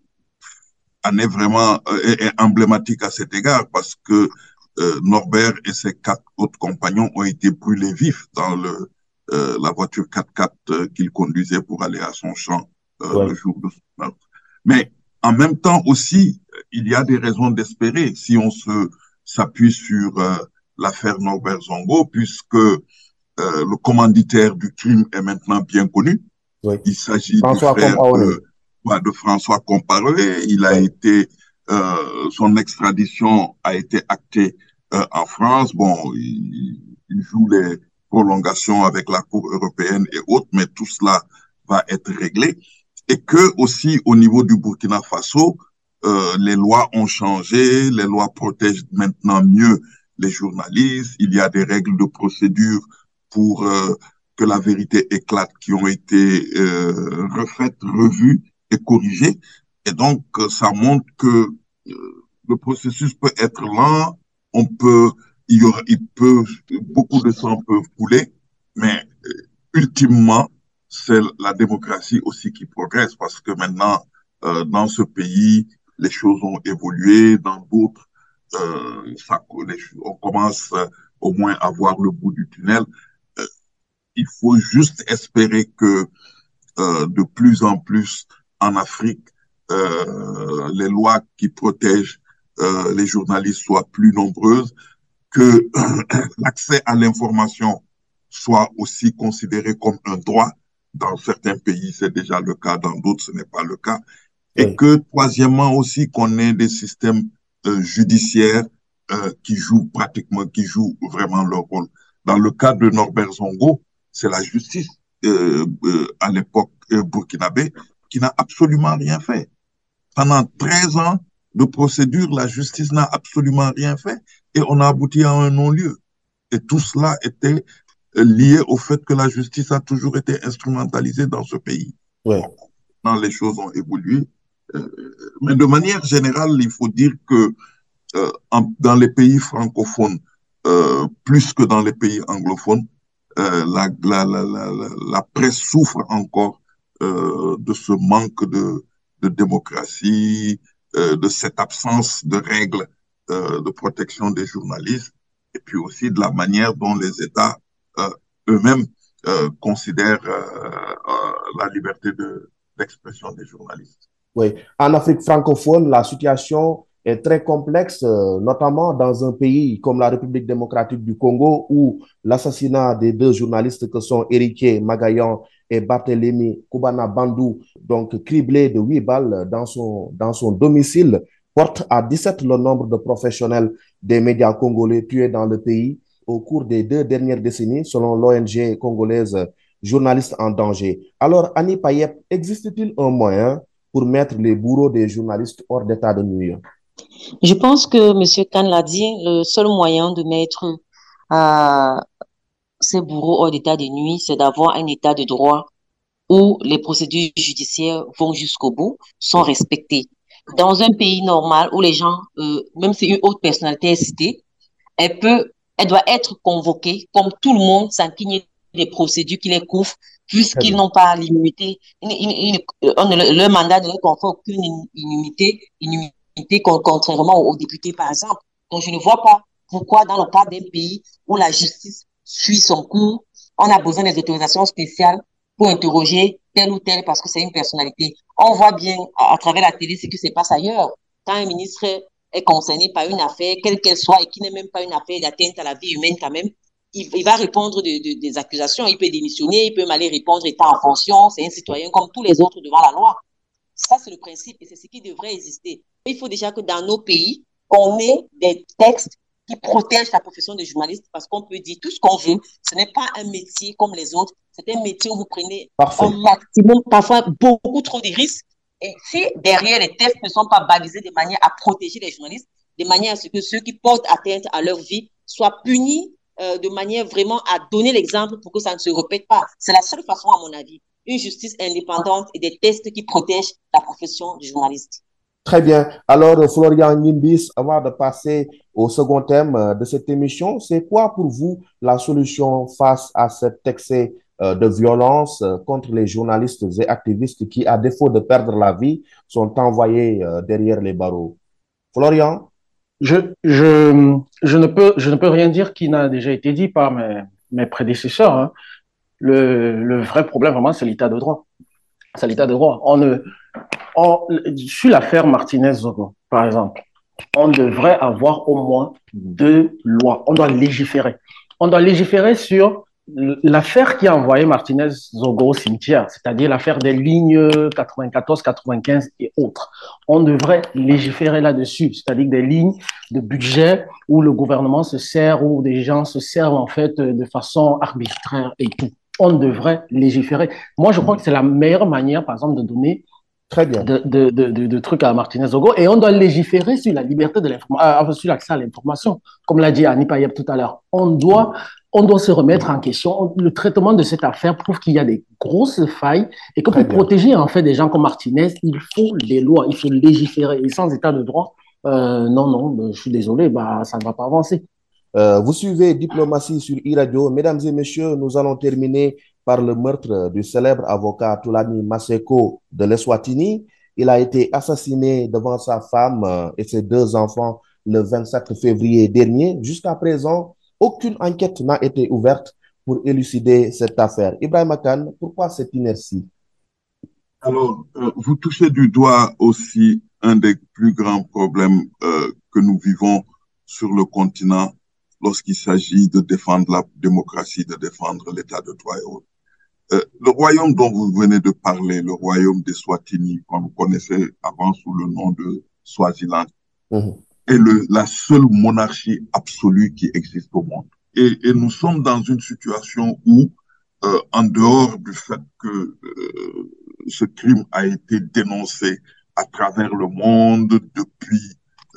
en est vraiment euh, est, est emblématique à cet égard parce que euh, Norbert et ses quatre autres compagnons ont été brûlés vifs dans le euh, la voiture quatre-quatre euh, qu'il conduisait pour aller à son champ euh, ouais. le jour de son meurtre. Mais en même temps aussi, il y a des raisons d'espérer si on se s'appuie sur euh, l'affaire Norbert Zongo, puisque euh, le commanditaire du crime est maintenant bien connu. Oui. Il s'agit du François frère de, de François Compaoré. Il a oui. été, euh, son extradition a été actée euh, en France. Bon, il, il joue les prolongations avec la Cour européenne et autres, mais tout cela va être réglé et que aussi au niveau du Burkina Faso, euh, les lois ont changé, les lois protègent maintenant mieux les journalistes, il y a des règles de procédure pour euh, que la vérité éclate qui ont été euh, refaites, revues et corrigées. Et donc, ça montre que euh, le processus peut être lent, on peut, il y aura, il peut, beaucoup de sang peuvent couler, mais euh, ultimement, c'est la démocratie aussi qui progresse parce que maintenant, euh, dans ce pays, les choses ont évolué, dans d'autres, euh, ça, on commence euh, au moins à voir le bout du tunnel. Euh, il faut juste espérer que euh, de plus en plus en Afrique, euh, les lois qui protègent euh, les journalistes soient plus nombreuses, que l'accès à l'information soit aussi considéré comme un droit. Dans certains pays, c'est déjà le cas, dans d'autres, ce n'est pas le cas. Et oui. Que, troisièmement aussi, qu'on ait des systèmes euh, judiciaires euh, qui jouent pratiquement, qui jouent vraiment leur rôle. Dans le cas de Norbert Zongo, c'est la justice euh, euh, à l'époque euh, burkinabé qui n'a absolument rien fait. Pendant treize ans de procédure, la justice n'a absolument rien fait et on a abouti à un non-lieu. Et tout cela était lié au fait que la justice a toujours été instrumentalisée dans ce pays. Ouais. Maintenant, les choses ont évolué. Euh, mais de manière générale, il faut dire que euh, en, dans les pays francophones, euh, plus que dans les pays anglophones, euh, la, la, la, la, la presse souffre encore euh, de ce manque de, de démocratie, euh, de cette absence de règles euh, de protection des journalistes, et puis aussi de la manière dont les États euh, eux-mêmes euh, considèrent euh, euh, la liberté de, d'expression des journalistes. Oui, en Afrique francophone, la situation est très complexe, euh, notamment dans un pays comme la République démocratique du Congo, où l'assassinat des deux journalistes que sont Héritier Magayan et Barthélémy Koubana Bandou, donc criblé de huit balles dans son, dans son domicile, porte à dix-sept le nombre de professionnels des médias congolais tués dans le pays au cours des deux dernières décennies, selon l'O N G congolaise Journalistes en danger. Alors, Annie Payep, existe-t-il un moyen pour mettre les bourreaux des journalistes hors d'état de nuire? Je pense que M. Khan l'a dit, le seul moyen de mettre euh, ces bourreaux hors d'état de nuire, c'est d'avoir un état de droit où les procédures judiciaires vont jusqu'au bout, sont respectées. Dans un pays normal où les gens, euh, même si une autre personnalité est citée, elle peut, elle doit être convoquée comme tout le monde sans qu'il y ait des procédures qui les couvrent, puisqu'ils n'ont pas l'immunité. Le mandat ne leur confère aucune immunité, immunité contrairement aux députés, par exemple. Donc, je ne vois pas pourquoi, dans le cas d'un pays où la justice suit son cours, on a besoin des autorisations spéciales pour interroger tel ou tel parce que c'est une personnalité. On voit bien à, à travers la télé ce qui se passe ailleurs. Quand un ministre est concerné par une affaire, quelle qu'elle soit, et qui n'est même pas une affaire d'atteinte à la vie humaine quand même, il, il va répondre de, de, des accusations, il peut démissionner, il peut m'aller répondre étant en fonction, c'est un citoyen comme tous les autres devant la loi. Ça, c'est le principe et c'est ce qui devrait exister. Il faut déjà que dans nos pays, on ait des textes qui protègent la profession de journaliste parce qu'on peut dire tout ce qu'on veut. Ce n'est pas un métier comme les autres. C'est un métier où vous prenez Parfait. un maximum, parfois beaucoup trop de risques. Et si derrière les textes ne sont pas balisés de manière à protéger les journalistes, de manière à ce que ceux qui portent atteinte à leur vie soient punis euh, de manière vraiment à donner l'exemple pour que ça ne se répète pas. C'est la seule façon, à mon avis, une justice indépendante et des tests qui protègent la profession du journaliste. Très bien. Alors, Florian Nyimbis, avant de passer au second thème de cette émission, c'est quoi pour vous la solution face à cet excès de violence contre les journalistes et activistes qui, à défaut de perdre la vie, sont envoyés derrière les barreaux? Florian? Je, je, je, ne peux, je ne peux rien dire qui n'a déjà été dit par mes, mes prédécesseurs. Hein. Le, le vrai problème, vraiment, c'est l'état de droit. C'est l'état de droit. On ne, on, sur l'affaire Martinez-Zogo, par exemple, on devrait avoir au moins deux lois. On doit légiférer. On doit légiférer sur l'affaire qui a envoyé Martinez-Zogo au cimetière, c'est-à-dire l'affaire des lignes quatre-vingt-quatorze, quatre-vingt-quinze et autres. On devrait légiférer là-dessus, c'est-à-dire des lignes de budget où le gouvernement se sert, où des gens se servent en fait de façon arbitraire et tout. on devrait légiférer. Moi, je crois que c'est la meilleure manière, par exemple, de donner Très bien. de, de, de, de, de trucs à Martinez Zogo. Et on doit légiférer sur la liberté de l'information, euh, sur l'accès à l'information. Comme l'a dit Annie Payeb tout à l'heure, on doit, on doit se remettre en question. Le traitement de cette affaire prouve qu'il y a des grosses failles et que Très pour bien. protéger en fait des gens comme Martinez, il faut les lois, il faut légiférer. Et sans état de droit, euh, non, non, je suis désolé, bah, ça ne va pas avancer. Euh, vous suivez Diplomatie sur e-radio. Mesdames et messieurs, nous allons terminer par le meurtre du célèbre avocat Toulani Maseko de l'Eswatini. Il a été assassiné devant sa femme euh, et ses deux enfants le vingt-sept février dernier. Jusqu'à présent, aucune enquête n'a été ouverte pour élucider cette affaire. Ibrahim Khan, pourquoi cette inertie? Alors, euh, vous touchez du doigt aussi un des plus grands problèmes euh, que nous vivons sur le continent lorsqu'il s'agit de défendre la démocratie, de défendre l'état de droit et autres. Euh, le royaume dont vous venez de parler, le royaume des Swatini, qu'on vous connaissait avant sous le nom de Swaziland, Mmh. est le, la seule monarchie absolue qui existe au monde. Et, et nous sommes dans une situation où, euh, en dehors du fait que euh, ce crime a été dénoncé à travers le monde depuis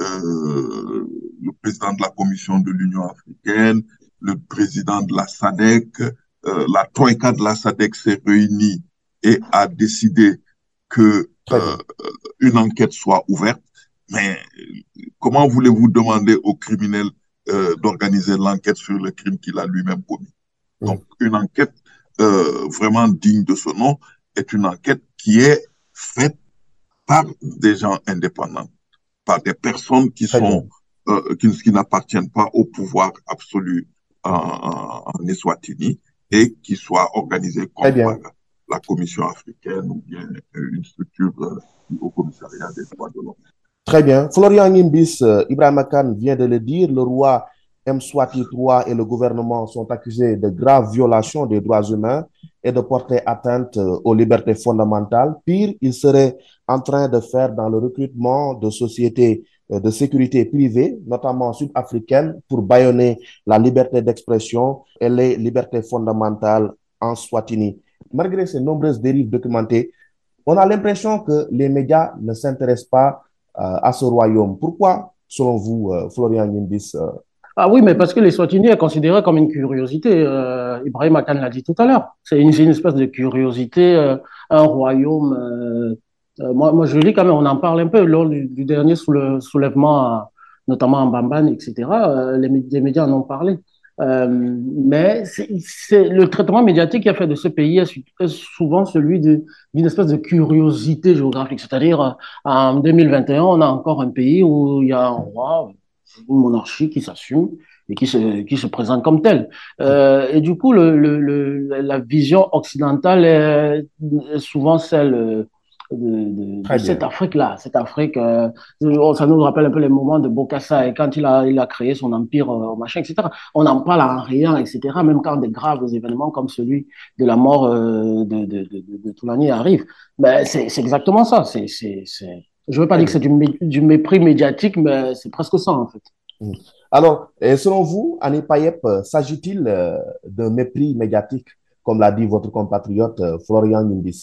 euh, le président de la Commission de l'Union africaine, le président de la S A D C, euh, la Troïka de la S A D C s'est réunie et a décidé que euh, une enquête soit ouverte. Mais comment voulez-vous demander au criminel euh, d'organiser l'enquête sur le crime qu'il a lui-même commis? Mmh. Donc, une enquête euh, vraiment digne de ce nom est une enquête qui est faite par des gens indépendants, par des personnes qui sont euh, qui, qui n'appartiennent pas au pouvoir absolu en, en, en Eswatini et qui soient organisées comme par la Commission africaine ou bien une structure euh, au commissariat des droits de l'homme. Très bien. Florian Ngimbis, euh, Ibrahim Khan vient de le dire, le roi Mswati trois et le gouvernement sont accusés de graves violations des droits humains et de porter atteinte euh, aux libertés fondamentales. Pire, ils seraient en train de faire dans le recrutement de sociétés euh, de sécurité privées, notamment sud-africaines, pour bâillonner la liberté d'expression et les libertés fondamentales en Swatini. Malgré ces nombreuses dérives documentées, on a l'impression que les médias ne s'intéressent pas à ce royaume. Pourquoi, selon vous, euh, Florian Ngimbis? euh... Ah oui, mais parce que les Swatini est considéré comme une curiosité. Euh, Ibrahim Khan l'a dit tout à l'heure. C'est une, une espèce de curiosité, euh, un royaume. Euh, euh, moi, moi, je dis quand même, on en parle un peu lors du, du dernier soule, soulèvement, euh, notamment en Bamban, et cetera. Euh, les, les médias en ont parlé. Euh, mais c'est le traitement médiatique qui a fait de ce pays est souvent celui d'une espèce de curiosité géographique. C'est-à-dire, en deux mille vingt et un, on a encore un pays où il y a un roi, une monarchie qui s'assume et qui se, qui se présente comme telle. Euh, et du coup, le, le, le, la vision occidentale est souvent celle de, de, de cette Afrique-là. Cette Afrique, euh, ça nous rappelle un peu les moments de Bokassa et quand il a, il a créé son empire, euh, machin, et cetera. On en parle en riant, et cetera. Même quand des graves événements comme celui de la mort euh, de, de, de, de Toulani arrivent. Ben, c'est exactement ça. C'est, c'est, c'est... Je ne veux pas dire que c'est du, mé du mépris médiatique, mais c'est presque ça, en fait. Alors, selon vous, Annie Payeb, s'agit-il d'un mépris médiatique, comme l'a dit votre compatriote Florian Ngimbis?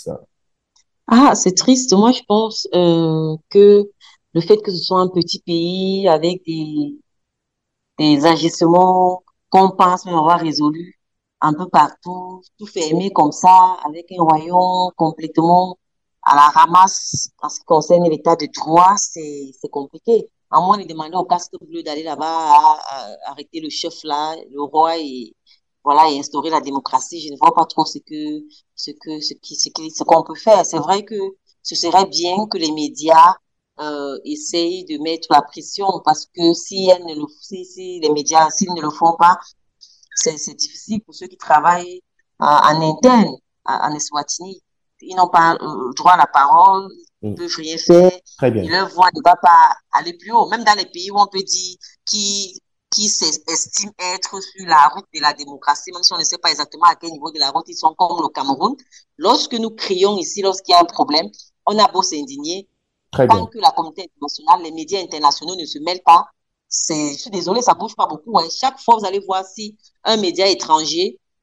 Ah, c'est triste. Moi, je pense euh, que le fait que ce soit un petit pays avec des, des agissements qu'on pense avoir résolus un peu partout, tout fermé comme ça, avec un royaume complètement à la ramasse en ce qui concerne l'état de droit, c'est compliqué. À moins de demander au casque bleu d'aller là-bas à, à arrêter le chef là, le roi et voilà et instaurer la démocratie. Je ne vois pas trop ce que ce que ce qui ce qui ce qu'on peut faire. C'est vrai que ce serait bien que les médias euh, essayent de mettre la pression parce que si elles ne le si, si les médias s'ils ne le font pas, c'est c'est difficile pour ceux qui travaillent euh, en interne en Eswatini. Ils n'ont pas euh, droit à la parole, ils ne peuvent rien faire. Très bien. Et leur voix ne va pas aller plus haut. Même dans les pays où on peut dire qui qui s'estiment être sur la route de la démocratie, même si on ne sait pas exactement à quel niveau de la route ils sont, comme le Cameroun. Lorsque nous crions ici, lorsqu'il y a un problème, on a beau s'indigner. Tant que la communauté internationale, les médias internationaux ne se mêlent pas, je suis désolée, ça ne bouge pas beaucoup. Hein. Chaque fois, vous allez voir si un média étranger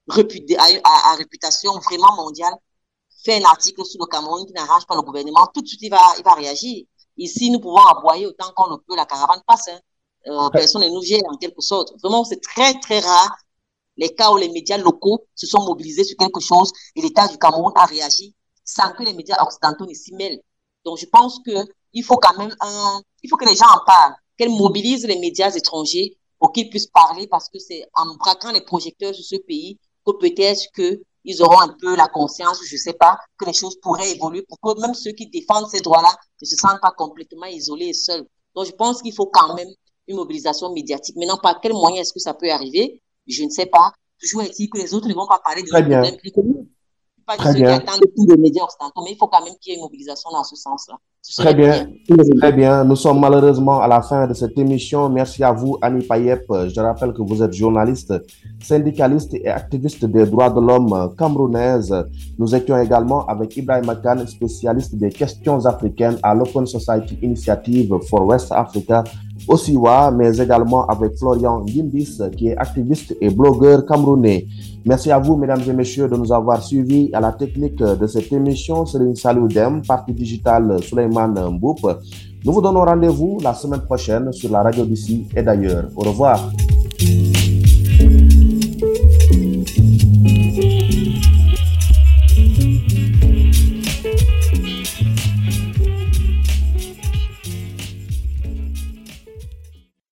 réputé, à, à, à réputation vraiment mondiale fait un article sur le Cameroun qui n'arrange pas le gouvernement, tout de suite, il va, il va réagir. Ici, nous pouvons aboyer autant qu'on le peut, la caravane passe. Hein. Euh, personne ne nous gère en quelque sorte. Vraiment, c'est très, très rare les cas où les médias locaux se sont mobilisés sur quelque chose et l'État du Cameroun a réagi sans que les médias occidentaux ne s'y mêlent. Donc, je pense qu'il faut quand même un, il faut que les gens en parlent, qu'elles mobilisent les médias étrangers pour qu'ils puissent parler, parce que c'est en braquant les projecteurs sur ce pays que peut-être qu'ils auront un peu la conscience, je ne sais pas, que les choses pourraient évoluer pour que même ceux qui défendent ces droits-là ne se sentent pas complètement isolés et seuls. Donc, je pense qu'il faut quand même une mobilisation médiatique. Maintenant, par quel moyen est-ce que ça peut arriver? Je ne sais pas. Toujours est-il que les autres ne vont pas parler de Très bien. problèmes plus connus. Pas de Très ceux bien. qui attendent tous les médias occidentaux, mais il faut quand même qu'il y ait une mobilisation dans ce sens-là. Ce Très serait bien. bien. Très bien. Nous sommes malheureusement à la fin de cette émission. Merci à vous, Annie Payep. Je rappelle que vous êtes journaliste, syndicaliste et activiste des droits de l'homme camerounaise. Nous étions également avec Ibrahim Khan, spécialiste des questions africaines à l'Open Society Initiative for West Africa, O S I W A, mais également avec Florian Gimbis, qui est activiste et blogueur camerounais. Merci à vous, mesdames et messieurs, de nous avoir suivis. À la technique de cette émission, c'est une salut d'Em, partie digitale Souleymane Mboup. Nous vous donnons rendez-vous la semaine prochaine sur la radio d'ici et d'ailleurs. Au revoir.